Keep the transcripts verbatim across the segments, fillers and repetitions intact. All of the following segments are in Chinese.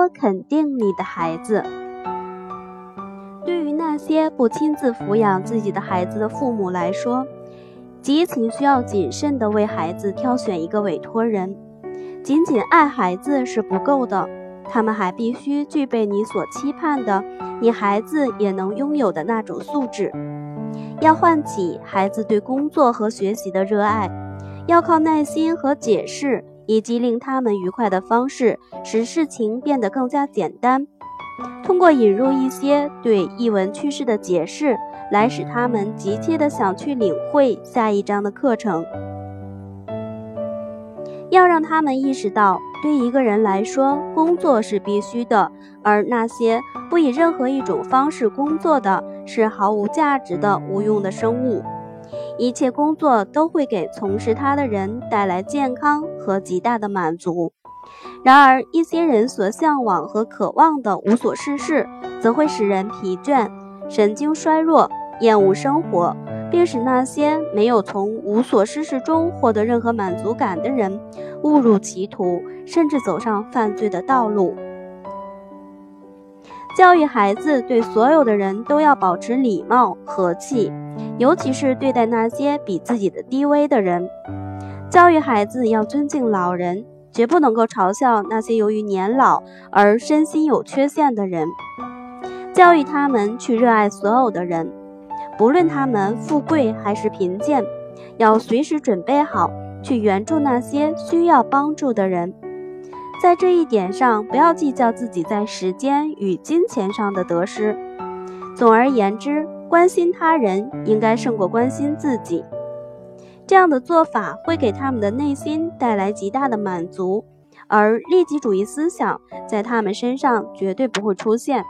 多肯定你的孩子。对于那些不亲自抚养自己的孩子的父母来说，极其需要谨慎地为孩子挑选一个委托人。仅仅爱孩子是不够的，他们还必须具备你所期盼的，你孩子也能拥有的那种素质。要唤起孩子对工作和学习的热爱，要靠耐心和解释以及令他们愉快的方式，使事情变得更加简单。通过引入一些对译文趋势的解释，来使他们急切地想去领会下一章的课程。要让他们意识到，对一个人来说，工作是必须的，而那些不以任何一种方式工作的，是毫无价值的无用的生物。一切工作都会给从事它的人带来健康和极大的满足。然而，一些人所向往和渴望的无所事事，则会使人疲倦、神经衰弱、厌恶生活，并使那些没有从无所事事中获得任何满足感的人误入歧途，甚至走上犯罪的道路。教育孩子对所有的人都要保持礼貌、和气，尤其是对待那些比自己的低微的人。教育孩子要尊敬老人，绝不能够嘲笑那些由于年老而身心有缺陷的人。教育他们去热爱所有的人，不论他们富贵还是贫贱，要随时准备好去援助那些需要帮助的人。在这一点上，不要计较自己在时间与金钱上的得失。总而言之，关心他人应该胜过关心自己。这样的做法会给他们的内心带来极大的满足，而利己主义思想在他们身上绝对不会出现。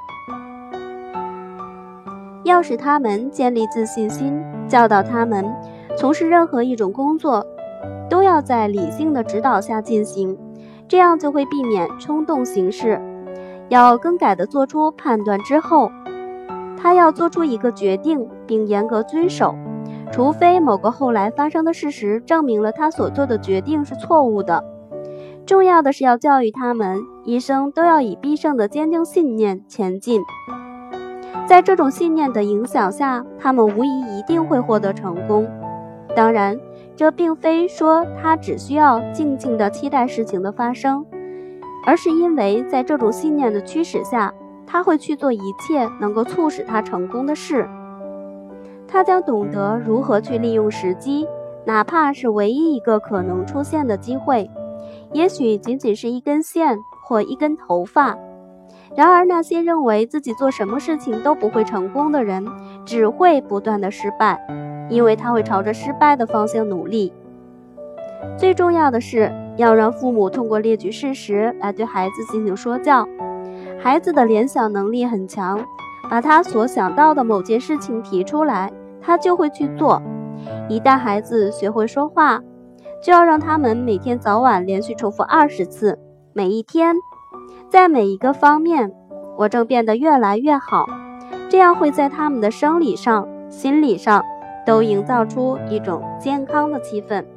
要使他们建立自信心，教导他们从事任何一种工作都要在理性的指导下进行，这样就会避免冲动行事。要更改地做出判断之后，他要做出一个决定并严格遵守，除非某个后来发生的事实证明了他所做的决定是错误的。重要的是要教育他们一生都要以必胜的坚定信念前进。在这种信念的影响下，他们无疑一定会获得成功。当然，这并非说他只需要静静地期待事情的发生，而是因为在这种信念的驱使下，他会去做一切能够促使他成功的事。他将懂得如何去利用时机，哪怕是唯一一个可能出现的机会，也许仅仅是一根线或一根头发。然而，那些认为自己做什么事情都不会成功的人，只会不断的失败，因为他会朝着失败的方向努力。最重要的是，要让父母通过列举事实来对孩子进行说教。孩子的联想能力很强，把他所想到的某件事情提出来，他就会去做。一旦孩子学会说话，就要让他们每天早晚连续重复二十次，每一天，在每一个方面，我正变得越来越好。这样会在他们的生理上、心理上都营造出一种健康的气氛。